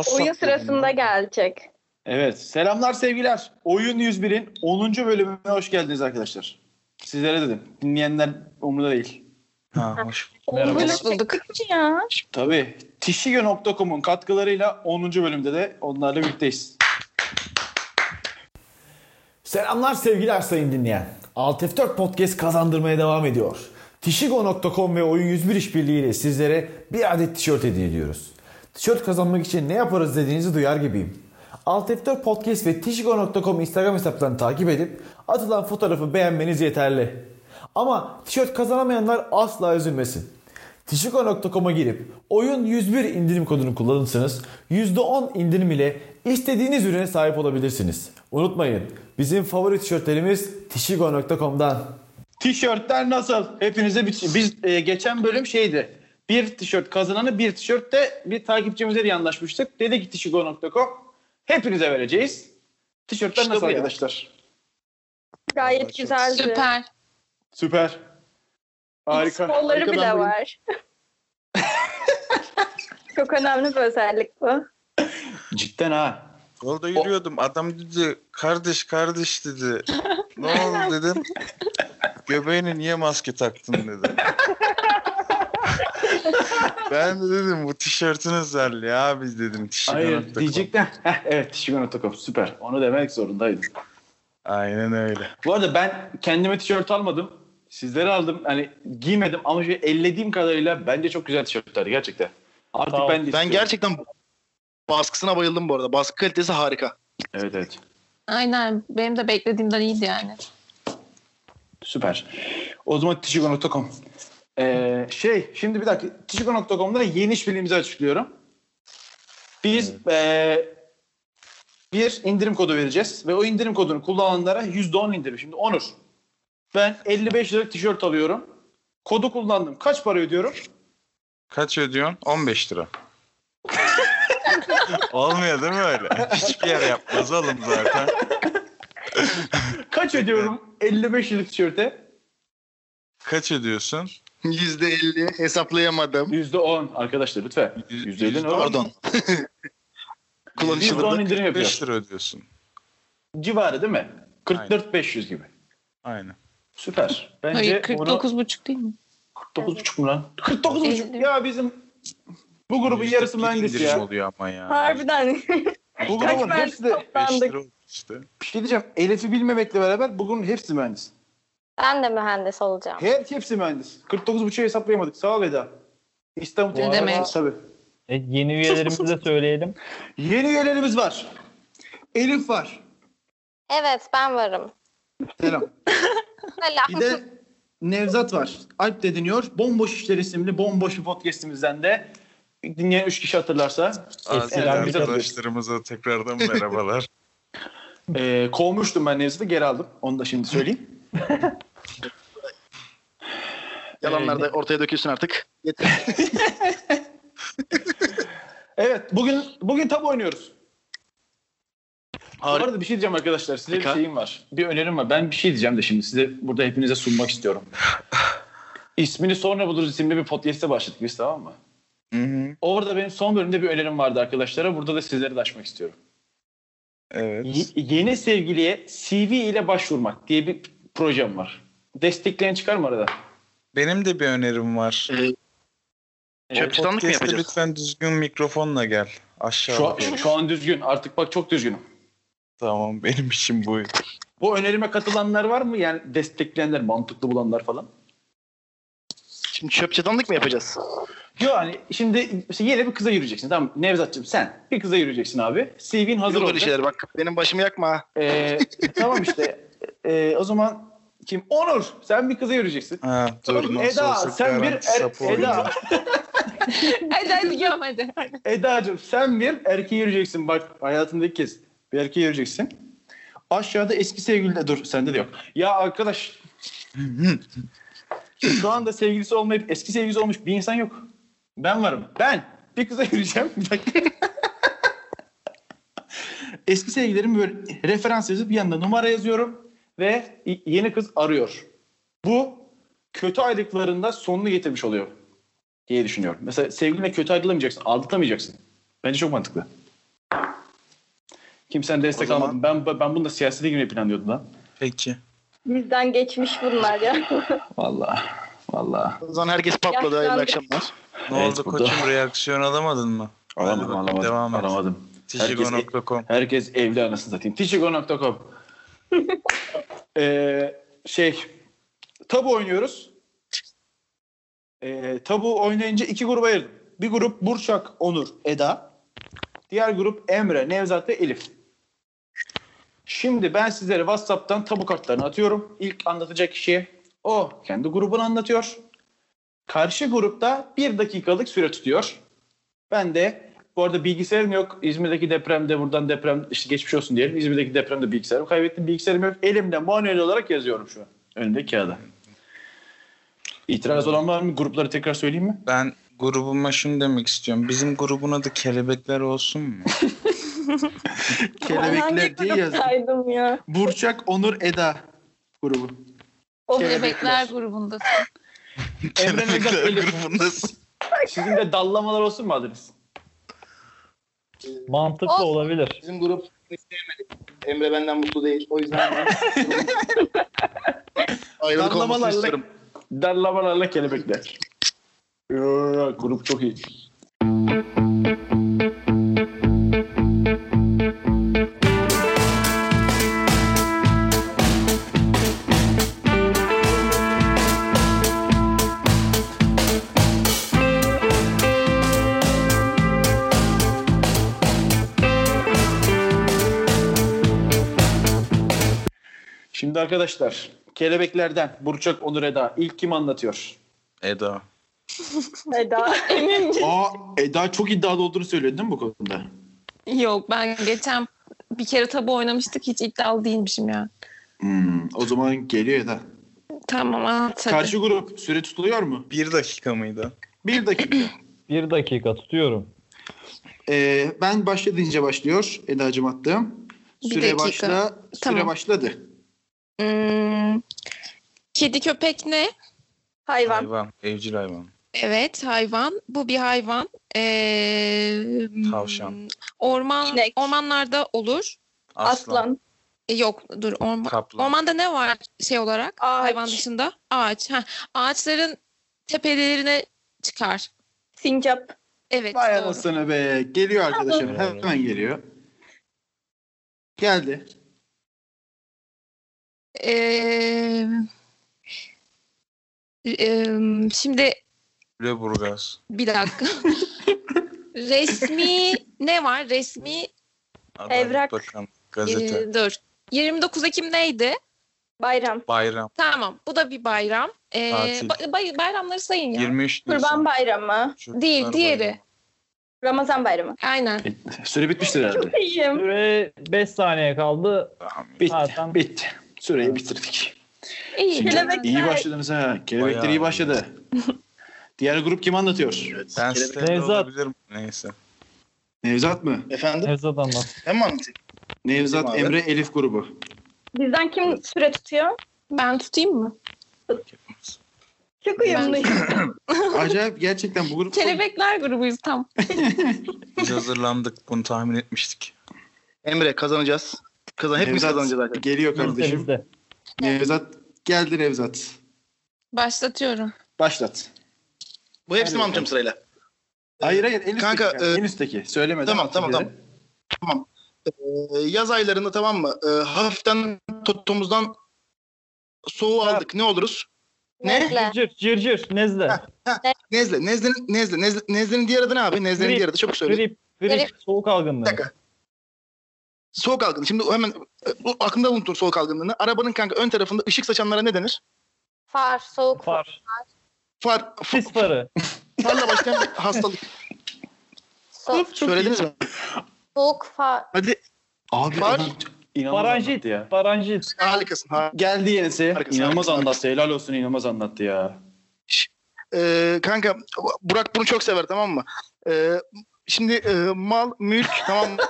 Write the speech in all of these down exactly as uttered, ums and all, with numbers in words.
WhatsApp Oyun sırasında gelecek. Evet. Selamlar sevgiler. Oyun yüz bir'in onuncu bölümüne hoş geldiniz arkadaşlar. Sizlere dedim. Dinleyenler umurda değil. Ha, hoş. Merhaba. Hoş bulduk. Ya. Tabii. Tişigo nokta com'un katkılarıyla onuncu bölümde de onlarla birlikteyiz. Selamlar sevgiler sayın dinleyen. Alt F dört Podcast kazandırmaya devam ediyor. Tişigo nokta com ve Oyun yüz bir işbirliğiyle sizlere bir adet tişört hediye ediyoruz. Tişört kazanmak için ne yaparız dediğinizi duyar gibiyim. Alt F dört Podcast ve Tişigo nokta com Instagram hesaplarını takip edip atılan fotoğrafı beğenmeniz yeterli. Ama tişört kazanamayanlar asla üzülmesin. Tişigo nokta com'a girip Oyun yüz bir indirim kodunu kullanırsanız yüzde on indirim ile istediğiniz ürüne sahip olabilirsiniz. Unutmayın, bizim favori tişörtlerimiz Tişigo nokta com'dan. Tişörtler nasıl? Hepinize bir, biz e, geçen bölüm şeydi. Bir tişört kazananı bir tişört de bir takipçimize de anlaşmıştık. Dedi ki Tişigo nokta com hepinize vereceğiz. Tişörtler İşte nasıl bu ya. arkadaşlar? Gayet güzeldi. Süper. Süper. Harika. Kolları Harika, bile ben bunu- var. Çok önemli bir özellik bu. Cidden ha. Yolda yürüyordum. Adam dedi kardeş kardeş dedi. Ne oldu dedim. Göbeğine niye maske taktın dedi. Ben de dedim bu tişörtün özelliği abi dedim. Hayır diyecekler. Heh, evet Tişigo nokta com süper. Onu demek zorundaydım. Aynen öyle. Bu arada ben kendime tişört almadım. Sizlere aldım. Hani giymedim ama şey ellediğim kadarıyla bence çok güzel tişörtler gerçekten. Artık Tamam. ben de Ben istiyorum. gerçekten baskısına bayıldım bu arada. Baskı kalitesi harika. Evet evet. Aynen. Benim de beklediğimden iyiydi yani. Süper. O zaman Tişigo nokta com. Ee, şey şimdi bir dakika. Tişigo nokta com'da yeni işbirliğimizi açıklıyorum. Biz ee, bir indirim kodu vereceğiz ve o indirim kodunu kullananlara yüzde on indirim. Şimdi Onur, ben elli beş liralık tişört alıyorum. Kodu kullandım. Kaç para ödüyorum? Kaç ödüyorsun? on beş lira. Olmuyor değil mi öyle? Hiçbir yer yapmaz oğlum zaten. Kaç ödüyorum elli beş liralık tişörte? Kaç ödüyorsun? yüzde elli hesaplayamadım. yüzde on arkadaşlar lütfen. yüzde elli ne olur? Pardon. yüzde on Kullanışlı. indirim yapıyor. beş lira ödüyorsun. Civarı değil mi? kırk dört beş yüz gibi. Aynen. Süper. Bence Hayır bunu kırk dokuz buçuk değil mi? kırk dokuz buçuk mu lan? kırk dokuz buçuk elli. ya bizim bu grubun Yüzde yarısı bir mühendis indirim ya. oluyor ama ya. Harbiden. Bu Kaç grubun mühendis hepsi de beş toplandık. lira oldu işte. bir şey diyeceğim. Elif'i bilmemekle beraber bugün hepsi mühendis. Ben de mühendis olacağım. Her hepsi mühendis. kırk dokuz buçuğu hesaplayamadık. Sağ ol Eda. İstanbul Ne Teknik demek? Üniversitesi, tabii. E, yeni üyelerimizi de söyleyelim. Yeni üyelerimiz var. Elif var. Evet, ben varım. Selam. Selam. Bir de Nevzat var. Alp de dinliyor. Bomboş İşler isimli bomboş bir podcastimizden de dinleyen üç kişi hatırlarsa. Aziz Eskiden bir arkadaşlarımıza tekrardan merhabalar. Ee, kovmuştum ben Nevzat'ı, geri aldım. Onu da şimdi söyleyeyim. Yalanlar da ortaya dökülsün artık. Yeter. Evet, bugün bugün tabu oynuyoruz. Bu Harika. arada bir şey diyeceğim arkadaşlar. Size bir Harika. şeyim var. Bir önerim var. Ben bir şey diyeceğim de şimdi size burada hepinize sunmak istiyorum. İsmini sonra buluruz isimli bir podcast'e başladık biz, tamam mı? Hı hı. Orada benim son bölümde bir önerim vardı arkadaşlara. Burada da sizlere de açmak istiyorum. Evet. Y- yeni sevgiliye C V ile başvurmak diye bir projem var. Destekleyen çıkar mı arada? Benim de bir önerim var. Ee, çöpçütanlık mı Podcast'te yapacağız? lütfen düzgün mikrofonla gel. Aşağı Şu, bak. an, şu an düzgün. Artık bak çok düzgünüm. Tamam benim işim bu. Bu önerime katılanlar var mı? Yani destekleyenler, mantıklı bulanlar falan. Şimdi çöpçütanlık mı yapacağız? Yok hani şimdi işte yine bir kıza yürüyeceksin. Tamam Nevzat'cığım sen bir kıza yürüyeceksin abi. C V'nin hazır Yok öyle olacak. şeyler bak. Benim başımı yakma ha. Ee, tamam işte. Ee, o zaman kim? Onur sen bir kıza yürüyeceksin. Ha, dur, Tamam, nasıl Eda olsa sen bir garanti er, sapı Eda oynuyor. Hadi hadi gidiyorum hadi. Eda'cığım sen bir erkeğe yürüyeceksin. Bak hayatında ilk kez bir erkeğe yürüyeceksin. Aşağıda eski sevgili de dur sende de yok. Ya arkadaş şu anda sevgilisi olmayıp eski sevgilisi olmuş bir insan yok. Ben varım. Ben bir kıza yürüyeceğim. Bir dakika. Eski sevgililerim böyle referans yazıp yanında numara yazıyorum ve yeni kız arıyor. Bu kötü ayrılıklarında sonunu getirmiş oluyor diye düşünüyorum. Mesela sevgilinle kötü ayrılamayacaksın, aldatamayacaksın. Bence çok mantıklı. Kimsenin destek O zaman- almadım. Ben ben bunu da siyasete girmeyi planlıyordum lan. Peki. Bizden geçmiş bunlar ya. Vallahi. Vallahi. O zaman herkes patladı. Hayırlı Yaşlandık. akşamlar. Ne Evet, oldu burada- koçum, reaksiyon alamadın mı? Alamadım, Hadi bakalım, alamadım. devam et. Alamadım. Tishigo nokta com. Herkes evli anasını satayım. Tishigo nokta com. ee, şey, tabu oynuyoruz. Ee, tabu oynayınca iki gruba ayırdım. Bir grup Burçak, Onur, Eda. Diğer grup Emre, Nevzat ve Elif. Şimdi ben sizlere WhatsApp'tan tabu kartlarını atıyorum. İlk anlatacak kişiye o kendi grubunu anlatıyor. Karşı grupta bir dakikalık süre tutuyor. Ben de bu arada bilgisayarım yok. İzmir'deki depremde buradan deprem işte geçmiş olsun diyelim. İzmir'deki depremde bilgisayarımı kaybettim. Bilgisayarım yok. Elimde manuel olarak yazıyorum şu an. Önümdeki kağıda. İtiraz olan var mı? Grupları tekrar söyleyeyim mi? Ben grubuma şunu demek istiyorum. Bizim grubun adı Kelebekler olsun mu? Kelebekler diye yazdım. Saydım ya. Burçak, Onur, Eda grubu. O Kelebekler grubundasın. Emre Nevzat, Kelebekler Elif. grubundasın. Sizin de dallamalar olsun mu adınız? Mantıklı Olsun. olabilir. Bizim grup sevmedi. Emre benden mutlu değil. O yüzden ben ayrılık olmasını Dallamalarla, istiyorum. dallamalarla kelebekler. Yoo, grup çok iyi. Şimdi arkadaşlar kelebeklerden Burçak, Onur, Eda ilk kim anlatıyor? Eda. Eda. Emin misin? Aa, Eda çok iddialı olduğunu söylüyor değil mi bu konuda? Yok, ben geçen bir kere tabu oynamıştık. Hiç iddialı değilmişim ya. Hmm, o zaman geliyor Eda. Tamam, at hadi. Karşı grup süre tutuluyor mu? Bir dakika mıydı? Bir dakika. Bir dakika tutuyorum. Ee, ben başla deyince başlıyor. Eda'cığım attım. Bir Süre dakika. başla. Süre Tamam. başladı. Hmm, kedi köpek ne? Hayvan. Hayvan. Evcil hayvan. Evet, hayvan. Bu bir hayvan. Ee, Tavşan. Orman, İnek. ormanlarda olur. Aslan. Aslan. E, yok, dur. Orman, Kaplan. ormanda ne var şey olarak? Ağaç. Hayvan dışında. Ağaç. Heh. Ağaçların tepelerine çıkar. Sincap. Evet, Vay doğru. anasını be. Geliyor arkadaşlar. Evet. Hemen geliyor. Geldi. Ee, em, şimdi Lüleburgaz. bir dakika. Resmi ne var? Resmi Adalet Evrak. Bakanı. Gazete. e, dur. yirmi dokuz Ekim neydi? Bayram. Bayram. Tamam. Bu da bir bayram. Ee, Tatil. ba- bay- bayramları sayın ya. yirmi üç Nisan. Kurban Bayramı. Çocuklar Değil, diğeri. Bayramı. Ramazan Bayramı. Aynen. Süre bitmiştir herhalde. İyiyim. Süre beş saniye kaldı. Tamam. Bitti. Zaten- Bitti. Süreyi bitirdik. İyi. Şimdi Kelebekler. iyi başladınız ha. Kelebekler Bayağı iyi iyi. başladı. Diğer grup kim anlatıyor? Ben Kelebek- Stanley Nevzat. olabilirim. Neyse. Nevzat mı? Efendim? Nevzat anlat. Hem mi anlatayım? Nevzat, Abi. Emre, Elif grubu. Bizden kim süre tutuyor? Ben tutayım mı? Çok uyumluyum. Acayip gerçekten bu grup. Kelebekler grubuyuz tam. Biz hazırlandık. Bunu tahmin etmiştik. Emre kazanacağız. Kazan, hepimiz Nevzat kazanacağız zaten. geliyor kardeşim. Bizde. Nevzat geldi Nevzat. Başlatıyorum. Başlat. Bu hepsini mi anlatacağım sırayla? Hayır hayır en üstteki. Kanka, kanka, e, en üstteki. Söylemeden. Tamam at tamam bir tamam. yere. Tamam. Ee, yaz aylarında tamam mı? Ee, hafiften totomuzdan soğuğu aldık. Ne oluruz? Ne? Nezle. Cırcır, cırcır, nezle. Nezle. Nezlenin, nezle. nezle. Nezlenin diğer adı ne abi? Nezlenin Grip. diğer adı çabuk söyle. Grip, grip, Grip. soğuk Bir algınlığı. dakika. Soğuk algınlığı. Şimdi hemen e, bu aklımda unuttum soğuk algınlığını. Arabanın kanka ön tarafında ışık saçanlara ne denir? Far, soğuk far. Far, Far. f- sis farı. Farla başlayan bir hastalık. So- Söylediniz mi? soğuk far. Hadi. Abi Var. adam inanılmaz Faranjit, anlattı ya. faranjit. Harikasın. Ha. Geldi yenisi. Harikasın, İnanılmaz harikasın, anlattı. Helal olsun inanılmaz anlattı ya. Ee, kanka Burak bunu çok sever tamam mı? Ee, şimdi e, mal, mülk tamam mı?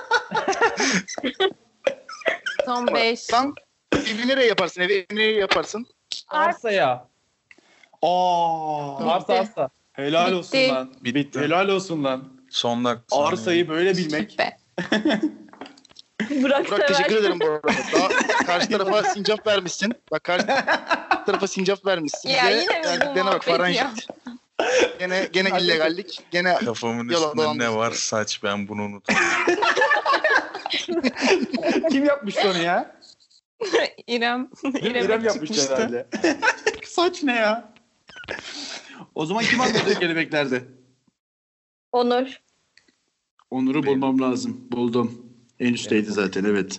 Son beş. Sen evi nereye yaparsın? Evi nereye yaparsın? Arsaya. Aa, Arsa arsa. helal Bitti. olsun lan. Bitti. Helal olsun lan. Son dakika. Arsayı böyle bilmek. Be. Burak, Burak teşekkür sever. ederim bu arada. Daha karşı tarafa sincap vermişsin. Bak karşı tarafa sincap vermişsin. Ya Bize yine mi bu verdiklerine bak, muhabbet ya? faranjit. Gene gene illegallik. Gene Kafamın Yalan üstünde dolan ne diyorsun. var saç, ben bunu unuttum. Kim yapmıştı onu ya? İrem. İrem, İrem, İrem yapmıştı çıkmıştı. herhalde. Saç ne ya? O zaman kim anladı kelebeklerde? Onur. Onur'u Benim. bulmam lazım. Buldum. En üstteydi zaten, evet.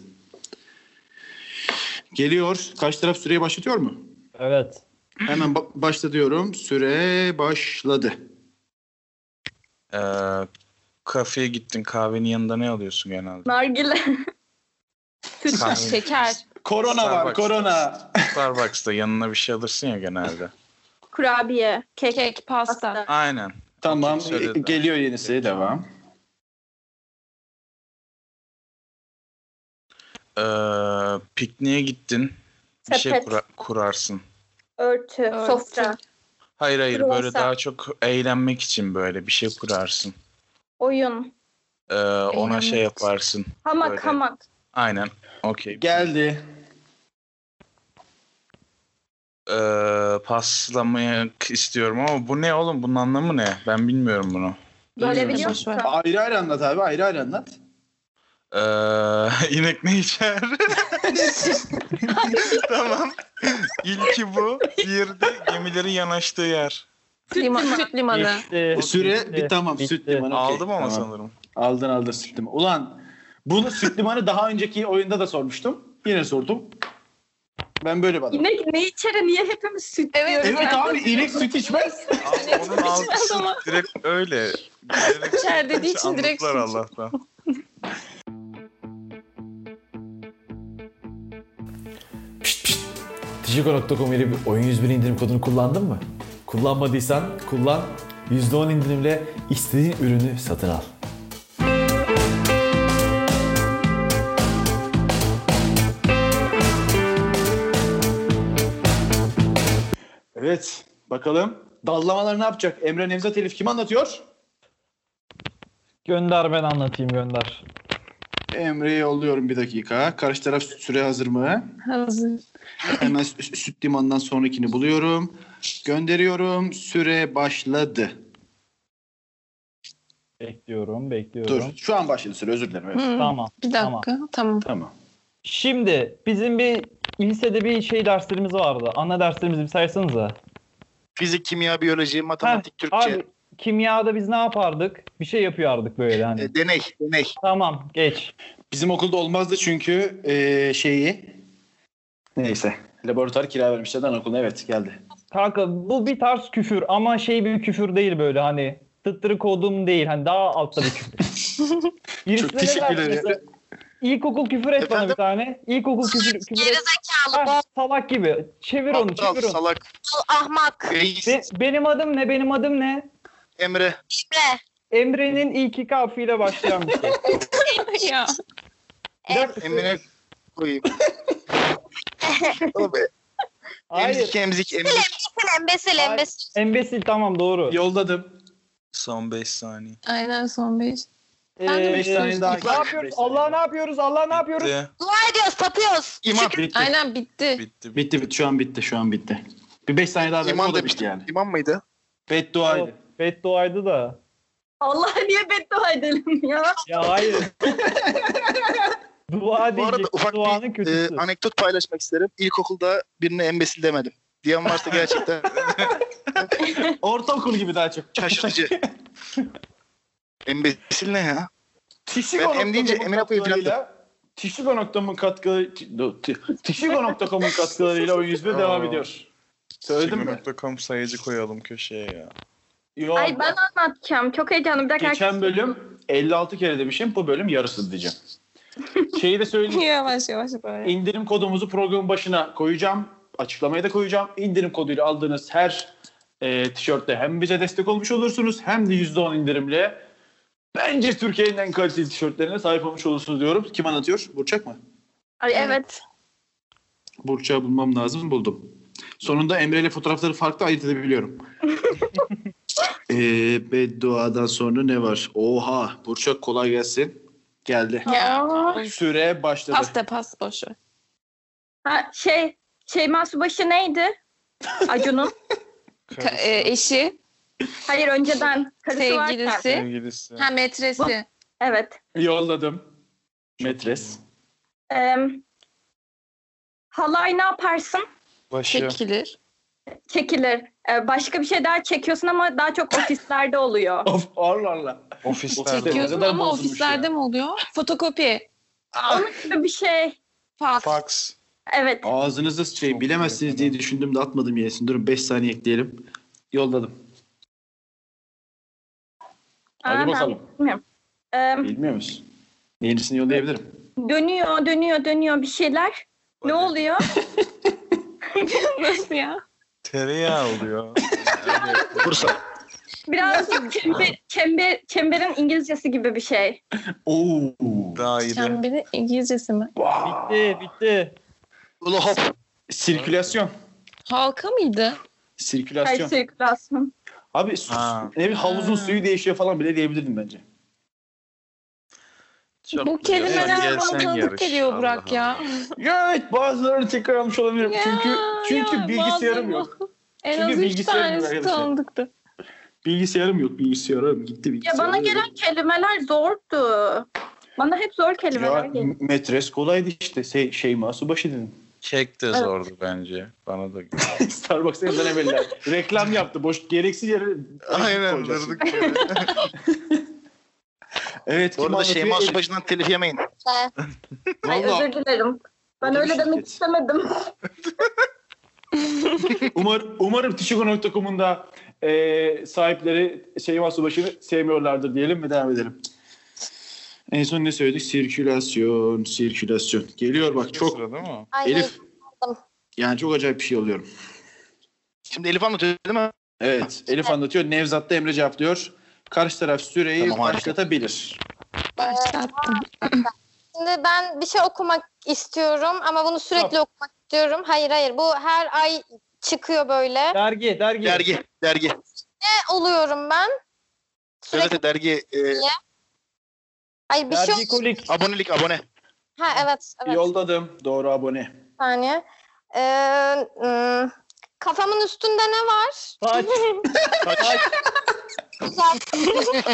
Geliyor. Kaç taraf süreyi başlatıyor mu? Evet. Hemen ba- başla diyorum. Süre başladı. Ee, kafeye gittin, kahvenin yanında ne alıyorsun genelde? Nargile. Süt. Kahve. Şeker. Korona var, Starbucks. korona. Starbucks'ta yanına bir şey alırsın ya genelde. Kurabiye. Kek. Kek, pasta. Pasta. Aynen. Tamam, Söyledi. geliyor yenisi. Devam. Ee, pikniğe gittin, bir şey Sepet. kura- kurarsın. Örtü. Örtü. Sofra. Hayır hayır, böyle Kruvasan. daha çok eğlenmek için böyle bir şey kurarsın. Oyun. Ee, ona Eğlenmek şey için. yaparsın. Hamak Böyle. hamak. Aynen. Okey. Geldi. Ee, paslamak istiyorum ama bu ne oğlum? Bunun anlamı ne? Ben bilmiyorum bunu. Böyle Boş biliyor ver. musun? Ayrı ayrı anlat abi, ayrı ayrı anlat. Ee, inek ne içer? Tamam. İlki bu. Diğeri de gemilerin yanaştığı yer. Liman, süt limanı. Bitti. Süre bitti, bir tamam, bitti. süt limanı. okey, Aldım ama tamam. sanırım. Aldın aldın süt limanı. Ulan bunu süt limanı daha önceki oyunda da sormuştum. Yine sordum. Ben böyle bir adamım. İnek ne içeri? Niye hepimiz süt Evet, diyoruz? Evet abi, inek süt içmez. Abi onun algısı ama. direkt öyle. Direkt İçer dediği için direkt anladılar süt. Allah'tan. Pişt pişt. Tişiko nokta com ile bir oyun yüz bir indirim kodunu kullandın mı? Kullanmadıysan kullan. yüzde on indirimle istediğin ürünü satın al. Evet, bakalım. Dallamalar ne yapacak? Emre, Nevzat, Elif kim anlatıyor? Gönder ben anlatayım gönder. Emre'ye yolluyorum, bir dakika. Karşı taraf süre hazır mı? Hazır. Hemen sü- süt limanından sonrakini buluyorum. Gönderiyorum. Süre başladı. Bekliyorum, bekliyorum. Dur. Şu an başladı süre. Özür dilerim. Evet. Hı, Tamam. Bir Tamam. dakika. Tamam. Tamam. Şimdi bizim bir lisede bir şey derslerimiz vardı. Ana derslerimizi bir saysanıza. fizik, kimya, biyoloji, matematik, Heh, Türkçe. Abi kimyada biz ne yapardık? Bir şey yapıyorduk böyle hani. E, deney, deney. Tamam geç. Bizim okulda olmazdı çünkü eee, şeyi neyse. Laboratuvar kira vermişler okuluna. Evet, geldi. Kanka bu bir tarz küfür ama şey bir küfür değil böyle hani tıttırı kodum değil hani daha altta bir küfür. Birisine Çok teşekkür ne ederim. dersin mesela? İlkokul küfür et bana Efendim? bir tane. İlkokul küfür, küfür et. Ha, salak gibi. Çevir onu Aptal, çevir onu. salak, Ahmak. reis, Be- benim adım ne? Benim adım ne? Emre. Emre. Emre'nin ilk iki harfiyle başlayan bir şey. Ya. Bir dakika. Emine koyayım. Oğlum, Hayır. Emzik, emzik, emzik. Embesil, Hayır. embesil. Embesil tamam doğru. Yolladım. Son beş saniye. Aynen son beş. Ee, beş tane daha. Ne yapıyoruz? Allah ne yapıyoruz? Allah ne yapıyoruz? Bitti. Dua ediyoruz, tapıyoruz. İman, Bitti. Aynen bitti. Bitti. Bitti bitti. Şu an bitti. Şu an bitti. Bir beş saniye daha verin. iman O da da bitti yani. İman mıydı? Bedduaydı. Bedduaydı da. Allah'a niye beddua edelim ya? Ya hayır. Dua Bu arada diyecek. ufak Duanın bir e, kötüsü. anekdot paylaşmak isterim. İlkokulda birine embesil demedim. Diyen varsa gerçekten Ortaokul gibi daha çok. şaşırtıcı. Embesil ne ya? Tişigo Ben em deyince nokta com'un Emine Apo'yu falan katkılarıyla Tişigo nokta com'un katkıları Tişigo nokta com'un katkılarıyla oyun yüz bir devam Aa. ediyor. Söyledim mi? Sigma nokta com sayıcı koyalım köşeye ya. Yok. Ay ben anlatacağım. Çok heyecanlı. Bir dakika. Geçen bölüm elli altı kere demişim. Bu bölüm yarısı diyeceğim. Şeyi de söyleyeyim. Yavaş yavaş böyle. İndirim kodumuzu programın başına koyacağım. Açıklamaya da koyacağım. İndirim koduyla aldığınız her e, tişörtte hem bize destek olmuş olursunuz hem de yüzde on indirimle bence Türkiye'nin en kaliteli tişörtlerine sahip olmuş olursunuz diyorum. Kim anlatıyor? Burçak mı? Ay evet. Burçak'ı bulmam lazım. Buldum. Sonunda Emre ile fotoğrafları farklı ayırt edebiliyorum. ee, bedduadan sonra ne var? Oha! Burçak kolay gelsin. Geldi. Ya. Süre başladı. Pas de pas boş ver. Ha, şey, Şeyma Subaşı neydi? Acun'un. Ka- e, eşi, Hayır önceden karısı varken. sevgilisi, Sevgilisi. ha metresi. Evet. Yolladım. Metres. Ee, halay ne yaparsın? Başı. Çekilir. Çekilir. Ee, başka bir şey daha çekiyorsun ama daha çok ofislerde oluyor. Of Allah Allah. Ofislerde. Çekiyorsun kadar ama bozulmuş ofislerde ya. mi oluyor? Fotokopi. Onun gibi bir şey. Fax. Fax. Evet. Ağzınızda şey bilemezsiniz diye düşündüm de atmadım yesin. Durun beş saniye ekleyelim. Yolladım. Hadi Aa, ben bakalım. bilmiyorum. Ee, Bilmiyor musun? Yenisini yollayabilirim. dönüyor, dönüyor, dönüyor bir şeyler. Ne Hadi. oluyor? Nasıl ya? Tereyağı oluyor. Bursa. Biraz çember, çember, çemberin İngilizcesi gibi bir şey. Oo. Daire. Çemberin İngilizcesi mi? Bitti bitti. Ulu hop. Sirkülasyon. Halka mıydı? Hayır, Sirkülasyon. sirkülasyon. Abi su, Ha. ne bileyim havuzun suyu değişiyor falan bile diyebilirdim bence. Çok Bu güzel. kelimeler Gel bana sen tanıdık yarış. geliyor Burak Allah ya. Allah. Ya evet bazılarını tekrar almış olabilirim. Ya, çünkü çünkü ya, bilgisayarım bazı- yok. En Çünkü az üç bilgisayarım yok tanesi arkadaşlar. tanıdıktı. Bilgisayarım yok. Bilgisayarım gitti Ya bilgisayarım. bana gelen kelimeler zordu. Bana hep zor kelimeler Ya geliyor. metres kolaydı işte. Şey, Şeyma Subaşı dedim. Kek de zordu bence. Bana da. Starbucks'ta yazan evveller. Reklam yaptı. Boş gereksiz yere Aynen koyacaksın. durduk yere. Evet. Bu kim arada anlatıyor? Şeyma Elif. Subaşı'ndan telif yemeyin. İşte. Ay, Vallahi özür dilerim. Ben o da bir öyle demek şirket. istemedim. Umar, umarım Tişigo nokta com'un da e, sahipleri Şeyma Subaşı'nı sevmiyorlardır diyelim ve devam edelim. En son ne söyledik? Sirkülasyon, sirkülasyon. Geliyor bak çok. Sıra değil mi? Ay, Elif. Yani çok acayip bir şey alıyorum. Şimdi Elif anlatıyor değil mi? Evet. Elif anlatıyor. Nevzat da Emre cevaplıyor. Karşı taraf süreyi Tamam, harika. başlatabilir. Başlattım. Şimdi ben bir şey okumak istiyorum ama bunu sürekli okumak istiyorum. Hayır hayır bu her ay çıkıyor böyle. Dergi dergi. Dergi. Dergi. Ne oluyorum ben? Sürekli. Evet dergi. E, Ay bir şey Dergi kolik. abonelik abone. Ha evet evet. Yolladım. Doğru abone. Bir saniye. Ee, ım, kafamın üstünde ne var? Saç. Kaç. Düzelttim.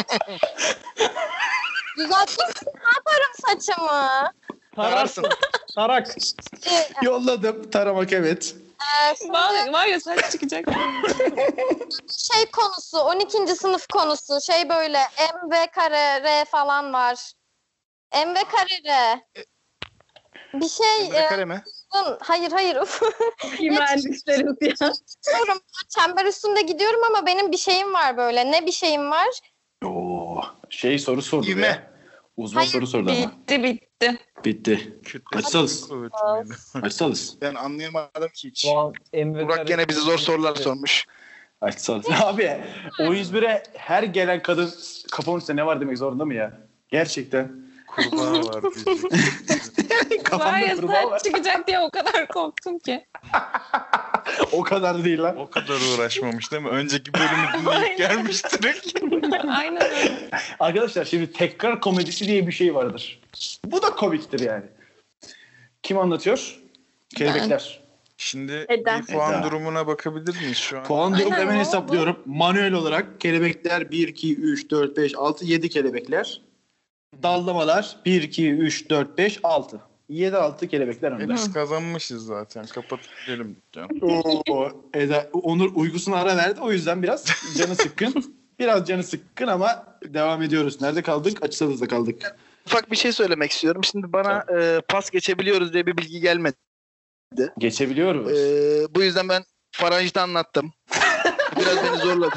Düzelttim. Ne yaparım saçımı? Tararsın. Tarak. Ee, Yolladım. Taramak evet. e, şimdi Var, var ya saç çıkacak. şey konusu, on ikinci sınıf konusu. Şey böyle M V kare R falan var. M V kare R. Bir şey... Emre e, Kare mi? hayır hayır. uf. İyi mühendisleriz ya. Gidiyorum. Çember üstünde gidiyorum ama benim bir şeyim var böyle. Ne bir şeyim var? Oo, şey soru sordu İvme. be. Uzman Hayır, soru sordu ama. Bitti bitti. Bitti. Kütlesi Açsanız. kuvveti miydi? Açsanız. Ben anlayamadım ki hiç. Şu an M V Burak gene bize zor sorular sormuş. Açsanız. Abi o yüz bire her gelen kadın kafamın üstünde ne var demek zorunda mı ya? Gerçekten. Kurbağa var diyecek. Var Kafamda ya kurbağa var. saç çıkacak diye o kadar korktum ki. O kadar da değil lan. O kadar uğraşmamış değil mi? Önceki bölümü Aynen. dinleyip gelmiş direkt. Aynen öyle. Arkadaşlar şimdi tekrar komedisi diye bir şey vardır. Bu da komiktir yani. Kim anlatıyor? Kelebekler. Şimdi Eda. bir puan Eda. durumuna bakabilir miyiz şu an? Puan durumu Aynen, hemen ne oldu? hesaplıyorum. Manuel olarak kelebekler bir, iki, üç, dört, beş, altı, yedi kelebekler. Dallamalar bir, iki, üç, dört, beş, altı. yedi altı kelebekler E önde. biz kazanmışız zaten. Kapatıp gidelim dükkanı. Oo, Eda, Onur uygusuna ara verdi. O yüzden biraz canı sıkkın. Biraz canı sıkkın ama devam ediyoruz. Nerede kaldık? Açısalız'da kaldık. Ufak bir şey söylemek istiyorum. Şimdi bana e, pas geçebiliyoruz diye bir bilgi gelmedi. Geçebiliyoruz. E, bu yüzden ben Faranj'da anlattım. Biraz beni zorladı.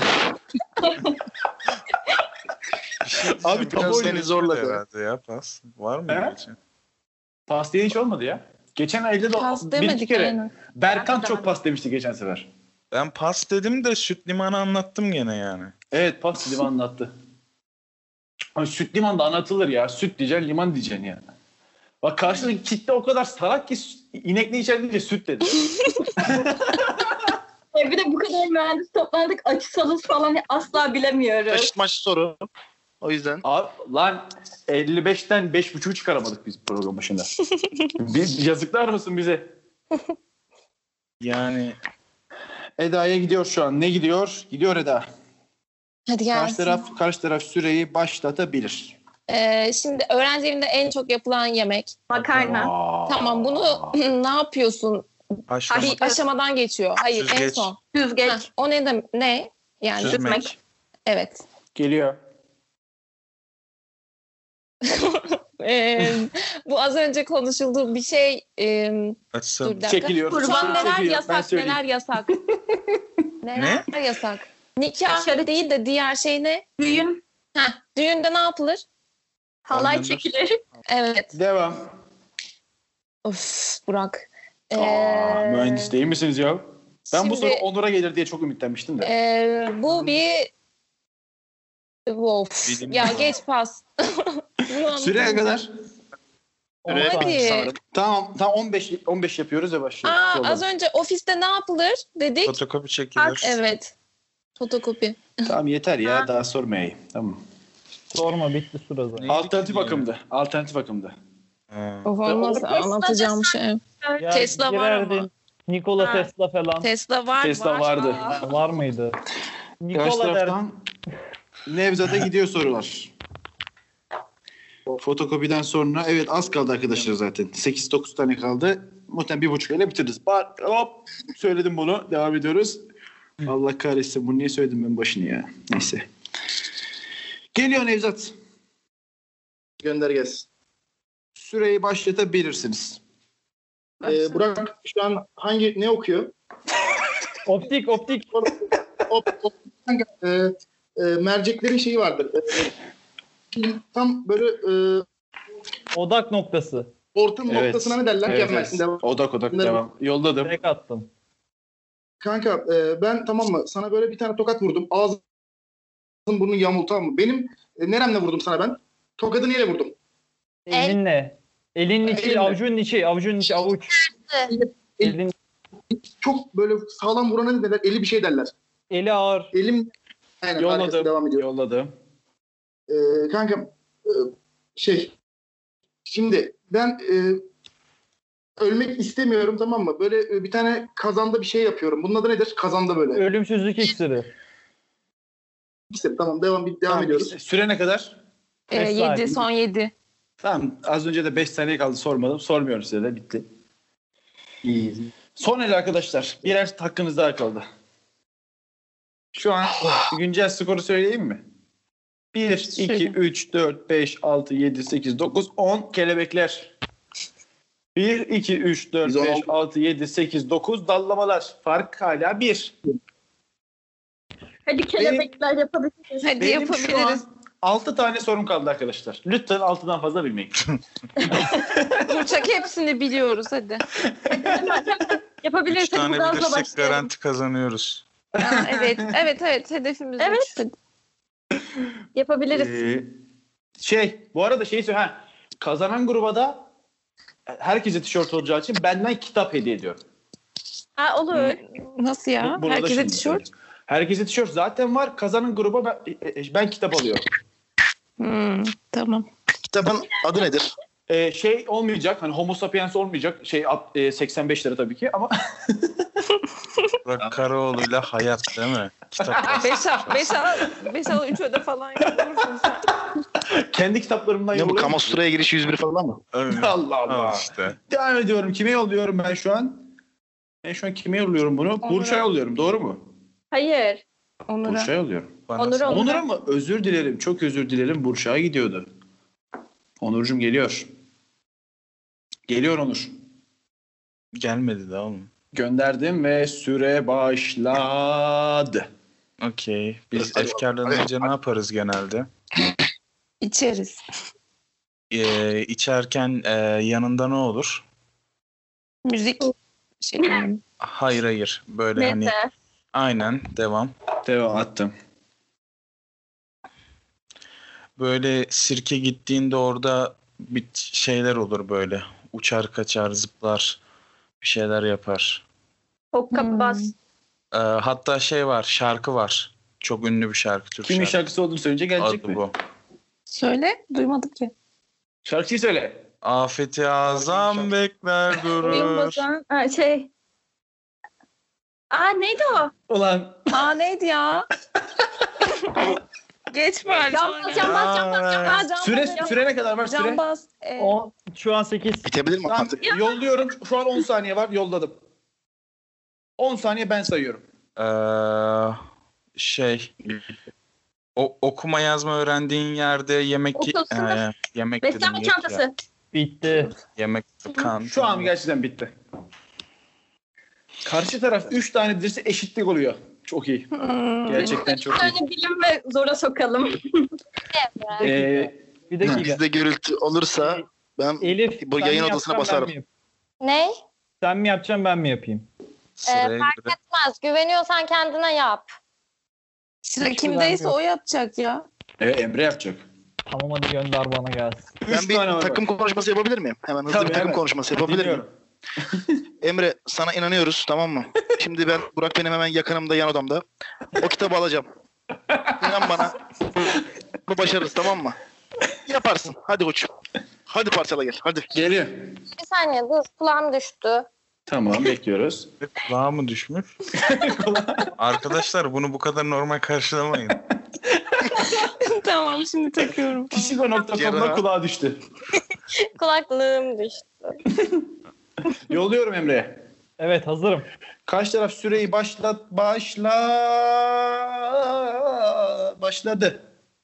Bir şey diyeceğim, Abi, biraz tabu seni oynuyoruz zorladı burada. herhalde ya pas. Var mı He? geçen? Pas diye hiç olmadı ya. Geçen ayda da Pas bir iki demedik kere. aynen. Berkan çok pas demişti geçen sefer. Ben pas dedim de süt limanı anlattım gene yani. Evet pas liman anlattı. Ama süt liman da anlatılır ya. Süt diyeceksin liman diyeceksin yani. Bak karşıdaki kitle o kadar salak ki inek ne içer deyince süt dedi. E, bir de bu kadar mühendis toplandık açısalız falan asla bilemiyoruz. Taşıtmaç soru. O yüzden. Abi, lan elli beşten beş buçuğu çıkaramadık biz program başında. Biz yazıklar olsun bize. Yani Eda'ya gidiyor şu an. Ne gidiyor? Gidiyor Eda. Hadi Karşı gelsin. taraf, karşı taraf süreyi başlatabilir. Ee, şimdi öğrenci evinde en çok yapılan yemek. Makarna. Aa. Tamam bunu ne yapıyorsun? haşlama, Bir aşamadan geçiyor. Hayır en Süzgeç. son. Süzgeç. Heh, o ne de ne? Yani süzmek, evet. Geliyor. Ee, bu az önce konuşulduğu bir şey. E, dur açsam, bir dakika. Çekiliyor. Şu an Çekiliyor. neler Ben yasak, söyleyeyim. neler yasak. neler yasak? Nikah Dışarı- değil de diğer şey ne? Düğün. Heh, düğünde ne yapılır? Halay Oynanır. çekilir. Evet. Devam. Of Burak. Ee, Aa, mühendis değil misiniz ya? Ben bu şimdi, soru Onur'a gelir diye çok ümitlenmiştim de. ee, bu bir of. Bilim Ya mi? geç pas. Bunu Süre ne anlatacağım. kadar? Evet, Hadi. sanırım. Tamam, tam on beş on beş yapıyoruz ve başlıyoruz. Aa, Yolla. az önce ofiste ne yapılır dedik. fotokopi çekilir. Evet. Fotokopi. Tamam yeter ya, daha sormayayım. Tamam. Sorma bitti süre zaten. Ne? Alternatif ya? akımdı. Alternatif akımdı. Ha. Of olmaz Tesla anlatacağım şey. Ya Tesla var ama. girerdin. Nikola Ha. Tesla falan. Tesla var Tesla var. vardı. Aa. Var mıydı? Karşı Nikola der. taraftan Nevzat'a gidiyor sorular. Fotokopiden sonra evet az kaldı arkadaşlar zaten. sekiz dokuz tane kaldı. Muhtemelen bir buçuk ile bitiririz. Bak hop söyledim bunu. Devam ediyoruz. Allah kahretsin bunu niye söyledim ben başını ya. Neyse. Geliyor Nevzat. Gönder gelsin. Süreyi başlatabilirsiniz. Ee, Burak şu an hangi ne okuyor? Optik optik. O, o, e, e, merceklerin şeyi vardır. E, tam böyle e, Odak noktası. ortam Evet. noktasına ne derler? Evet, Gelmezsin, evet. devam. Odak odak Bunları- devam. Yolladım. Tek attım. Kanka e, ben tamam mı? Sana böyle bir tane tokat vurdum. Ağzın burnun yamultu, tamam mı? Benim e, neremle vurdum sana ben? Tokadı neyle vurdum? El. Elinle. Elinin içi, Elinle. avucunun içi, avucunun içi, avuç. Elin, Çok böyle sağlam vurana ne derler? Eli bir şey derler. eli ağır. Elim aynen Yolladım. harikasın, devam ediyor. Yolladım. E, kanka e, şey şimdi ben e, ölmek istemiyorum, tamam mı? Böyle e, bir tane kazanda bir şey yapıyorum. Bunun adı nedir? Kazanda böyle. Ölümsüzlük iksiri. İşte, tamam devam devam Tamam, ediyoruz. süre ne kadar? Ee, Beş yedi saniye. son yedi. Tamam az önce de beş saniye kaldı sormadım. Sormuyorum size de bitti. İyi. Son el arkadaşlar. Birer hakkınız daha kaldı. Şu an güncel skoru söyleyeyim mi? bir, iki, Söyle. üç, dört, beş, altı, yedi, sekiz, dokuz, on kelebekler. bir, iki, üç, dört, Biz on beş, aldık. altı, yedi, sekiz, dokuz dallamalar. Fark hala bir. Hadi kelebekler yapabiliriz. Hadi Benim şu yapabiliriz. an altı tane sorum kaldı arkadaşlar. Lütfen altıdan fazla bilmeyin. Burçak hepsini biliyoruz hadi. Üç Yapabiliriz. Hadi tane bu gazla bilirsek başlayalım. garanti kazanıyoruz. Aa, evet evet evet hedefimiz Evet. üç. Hadi. Yapabiliriz. Ee, şey, bu arada şey söyle, ha, kazanan gruba da herkese tişört olacağı için benden kitap hediye ediyorum. Ha, olur. Nasıl ya? Bu- bunu da Herkese şimdi tişört. söyleyeyim. Herkese tişört zaten var. Kazanan gruba ben, e, ben kitap alıyorum. Hmm, tamam. Kitabın adı nedir? Ee, şey olmayacak, hani Homo sapiens olmayacak. Şey at- e, seksen beş lira tabii ki ama Burak Karaoğlu'yla hayat değil mi? Kitap beş al, beş al, beş al, üç öde falan yapıyorsun sen. kendi kitaplarımdan Ne bu, yolluyorum. Kamostra'ya giriş yüz bir falan mı? Allah Allah. Al işte. Devam ediyorum. Kime yolluyorum ben şu an? Ben şu an kime yolluyorum bunu? Onur'a. Burç'a yolluyorum. Doğru mu? Hayır. Onur'a. Burç'a yolluyorum. Bana Onur'a, sor. Onur'a. Onur'a mı? Özür dilerim. Çok özür dilerim. Burç'a gidiyordu. Onurcuğum geliyor. Geliyor Onur. Gelmedi daha oğlum. Gönderdim ve süre başladı. Okey. Biz efkardan önce ne yaparız genelde? İçeriz. Ee, içerken e, yanında ne olur? Müzik. Şey, yani. Hayır hayır. Böyle hani Neyse. aynen devam. Devam attım. Böyle sirke gittiğinde orada bir şeyler olur böyle. Uçar kaçar zıplar bir şeyler yapar. Hokkabaz. Hmm. Ee, hatta şey var şarkı var. Çok ünlü bir şarkı. Türk Kimin şarkı. şarkısı olduğunu söyleyince gelecek Adı mi? bu. Söyle. Duymadım ki. Şarkıyı söyle. Afeti azam bekler Oyun durur. bozan. Ha, şey. Aa neydi o? Ulan Aa neydi ya? Geç var. Cambaz, cambaz, cambaz, cambaz, cambaz. süre, cambaz. süre ne kadar var süre? Cambaz. E, on, şu an sekiz. Bitebilir mi Tamam, artık? yolluyorum. Şu an on saniye var. Yolladım. on saniye ben sayıyorum. Ee, şey o, okuma yazma öğrendiğin yerde yemek Okul, sınıf. e, yemek dedim, Beslenme yok ya. çantası. Bitti. Yemek kan. Şu an gerçekten bitti. Karşı taraf üç tane bilirse eşitlik oluyor. Çok iyi. hmm. Gerçekten çok iyi. Yani bilim ve zora sokalım. Ee, Bir dakika. Bizde gürültü olursa ben Elif, bu sen yayın mi odasına yapacaksın, ben basarım. mi yapayım? Ne? Sen mi yapacaksın ben mi yapayım? Sıraya Ee, fark göre. etmez. Güveniyorsan kendine yap. Sıra kimdeyse o yapacak ya. evet, Emre yapacak. Tamam hadi gönder bana gelsin. Ben Üç bir tane var takım konuşması yapabilir miyim? Hemen hızlı Tabii, bir takım hemen. konuşması yapabilir miyim? Dinliyorum. Emre sana inanıyoruz, tamam mı? Şimdi ben Burak benim hemen yakınımda, yan odamda. O kitabı alacağım. İnan bana. Bunu başarırız, tamam mı? Yaparsın. Hadi koçum. Hadi parçala gel. Hadi. Geliyor. Bir saniye dur. Kulağım düştü. Tamam, bekliyoruz. Kulağa mı düşmüş? Arkadaşlar bunu bu kadar normal karşılamayın. Tamam şimdi takıyorum. Kişiko nokta com'da Cerrah. kulağa düştü. Kulaklığım düştü. Yolluyorum Emre'ye. Evet hazırım. Karşı taraf süreyi başlat başla başladı.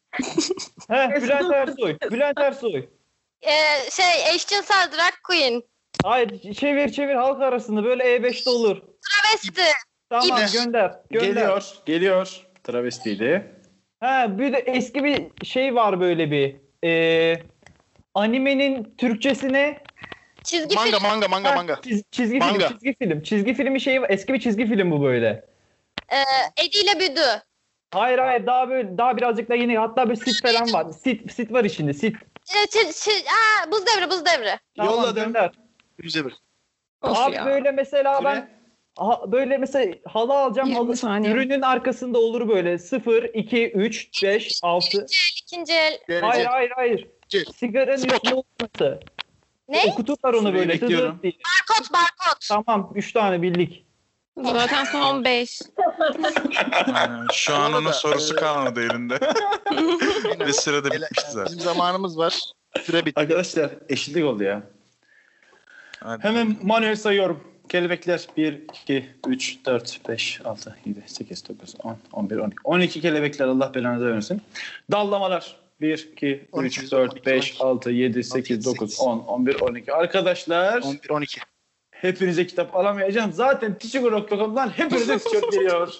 He Bülent Ersoy. Bülent Ersoy. Ee, şey eşcinsel drag queen. Hayır çevir çevir halk arasında böyle E beşte olur. Travesti. Tamam İbe. gönder. gönder. Geliyor, geliyor. Travestiydi. Ha bir de eski bir şey var böyle bir. Ee, animenin Türkçesine Çizgi Manga film. manga manga ha, manga. çiz- çizgi Manga. film, çizgi film. Çizgi filmi şey var. Eski bir çizgi film bu böyle. Ee, Edi ile Büdü. Hayır hayır daha böyle daha birazcık da yeni hatta bir sit falan var. Sit sit var içinde. Sit. Ee, çi- çi- aa, buz devri buz devri. Tamam, Yolladım. gönder. Güzel bir. Of Abi ya. böyle mesela Süre. ben ha, böyle mesela halı alacağım. yirmi Halı, saniye. ürünün arkasında olur böyle sıfır, iki, üç, beş, altı. İkinci el. Hayır Derece. hayır hayır. Cel. Sigaranın Spot. üstüne olması. Ne? Okuturlar onu Süreyi böyle. dı dı bekliyorum. diye. Barkod barkod. Tamam üç tane bildik. Zaten son beş. Aynen. Şu an Arada, onun sorusu e, kalmadı elinde. Ve sırada Ele- bitmiş zaten. Bizim zamanımız var. Süre bitti. Arkadaşlar eşitlik oldu ya. Hadi. Hemen manuel sayıyorum. Kelebekler bir, iki, üç, dört, beş, altı, yedi, sekiz, dokuz, on, on bir, on iki. on iki kelebekler Allah belanızı vermesin. Dallamalar bir, iki, on iki, üç, dört, on iki, beş, on altı, yedi, sekiz, dokuz, on, on bir, on iki. Arkadaşlar on bir on iki. hepinize kitap alamayacağım. Zaten Tişigo nokta com'dan hepinize tişört geliyor.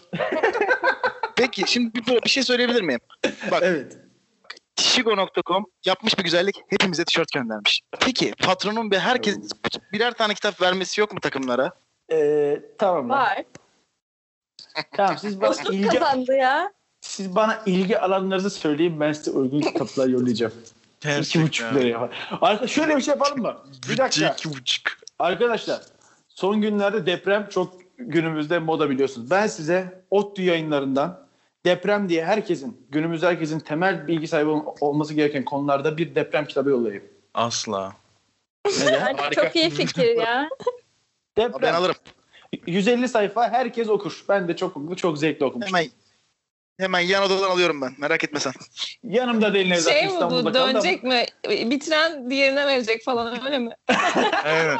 Peki şimdi bir, bir şey söyleyebilir miyim? Bak Evet. Tişigo nokta com yapmış bir güzellik, hepimize tişört göndermiş. Peki patronun bir herkes birer tane kitap vermesi yok mu takımlara? Ee, tamam. lan. Var. Tamam siz bana Dostluk ilgi kazandı ya. siz bana ilgi alanlarınızı söyleyin, ben size uygun kitaplar yollayacağım. İki buçuk liraya var. Arka şöyle bir şey yapalım mı? Bir Bütçe dakika. iki buçuk. Arkadaşlar son günlerde deprem çok günümüzde moda biliyorsunuz. Ben size ODTÜ yayınlarından deprem diye herkesin, günümüzde herkesin temel bilgi sahibi ol- olması gereken konularda bir deprem kitabı yollayayım. Asla. Neden? Bence çok iyi fikir ya. Ben Deprem. alırım. yüz elli sayfa herkes okur. Ben de çok okudum, çok zevkli okumuştum. Hemen hemen yan odadan alıyorum ben. Merak etme sen. Yanımda değil Nevzat, Şey mi İstanbul'da bu kaldı ama- dönecek mi? Bitiren diğerine verecek falan öyle mi? Evet.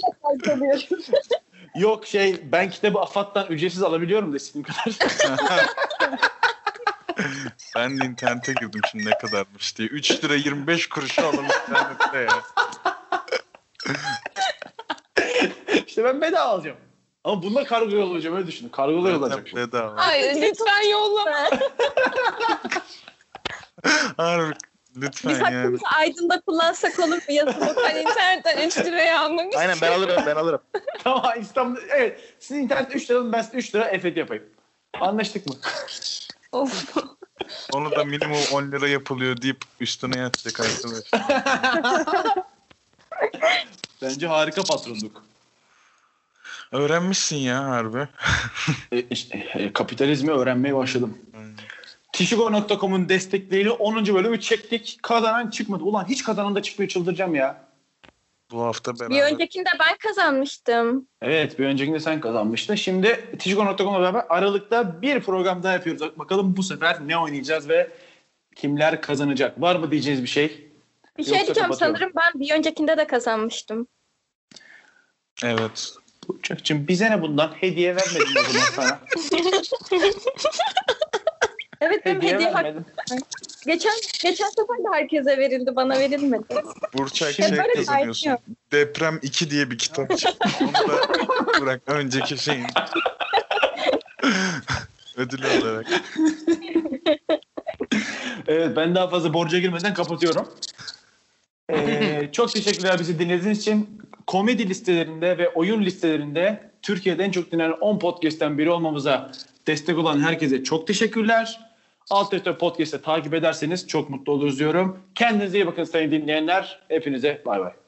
Yok şey, ben kitabı AFAD'dan ücretsiz alabiliyorum da istediğim kadar. Ben de internete girdim şimdi ne kadarmış diye. üç lira yirmi beş kuruşu alalım internette ya. İşte ben bedava alacağım. Ama bunda kargo yollayacağım, öyle düşünün. Kargola yollayacak. bu. Bedava. Hayır lütfen yollama. Harbi Biz lütfen yani. hakkımızı Aydın'da kullansak olur mu? Yazılı. Ben internetten üç liraya almak Aynen ben alırım ben alırım. Tamam İstanbul. Evet. Siz internette üç lira alın, ben size üç lira efet yapayım. Anlaştık mı? Of. Onu da minimum on lira yapılıyor deyip üstüne yatacak arkadaşlar. Bence harika patronluk. Öğrenmişsin ya harbi. E, işte, e, kapitalizmi öğrenmeye başladım. Hmm. Tishigo nokta com'un destekleriyle onuncu bölümü çektik. Kazanan çıkmadı. Ulan hiç kazanan da çıkmıyor, çıldıracağım ya. Bu hafta beraber. Bir öncekinde ben kazanmıştım. Evet, bir öncekinde sen kazanmıştın. Şimdi Tishigo nokta com'la beraber Aralık'ta bir program daha yapıyoruz. Bakalım bu sefer ne oynayacağız ve kimler kazanacak? Var mı diyeceğiniz bir şey? Bir şey Yoksa diyeceğim, kapatıyorum. sanırım ben bir öncekinde de kazanmıştım. Evet. Burçak'cığım bize ne bundan? Hediye vermedim o zaman sana. Evet, benim Hediye hediye hak- vermedim. geçen geçen sefer de herkese verildi, bana verilmedi. Burçak Şimdi şey böyle kazanıyorsun. saymıyor. Deprem iki diye bir kitap çıktı. Onu da bırak önceki şeyin. Ödül olarak. Evet, ben daha fazla borca girmeden kapatıyorum. Ee, çok teşekkürler bizi dinlediğiniz için. Komedi listelerinde ve oyun listelerinde Türkiye'de en çok dinlenen on podcast'ten biri olmamıza destek olan herkese çok teşekkürler. Alt F dört Podcast'ı takip ederseniz çok mutlu oluruz diyorum. Kendinize iyi bakın sayın dinleyenler. Hepinize bay bay.